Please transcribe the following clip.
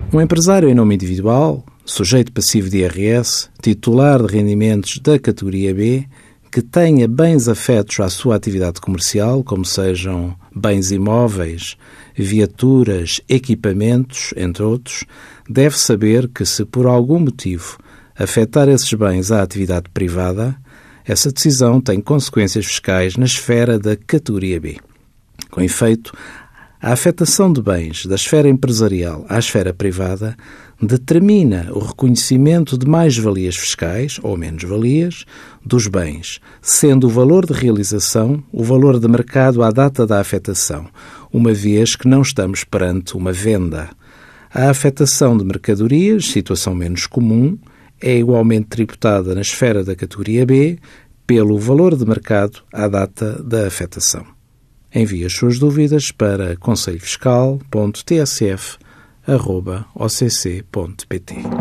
Um empresário em nome individual, sujeito passivo de IRS, titular de rendimentos da categoria B, que tenha bens afetos à sua atividade comercial, como sejam bens imóveis, viaturas, equipamentos, entre outros, deve saber que, se por algum motivo afetar esses bens à atividade privada, essa decisão tem consequências fiscais na esfera da categoria B. Com efeito, a afetação de bens da esfera empresarial à esfera privada determina o reconhecimento de mais-valias fiscais, ou menos-valias, dos bens, sendo o valor de realização o valor de mercado à data da afetação, uma vez que não estamos perante uma venda. A afetação de mercadorias, situação menos comum, é igualmente tributada na esfera da categoria B pelo valor de mercado à data da afetação. Envie as suas dúvidas para conselhofiscal.tsf@occ.pt.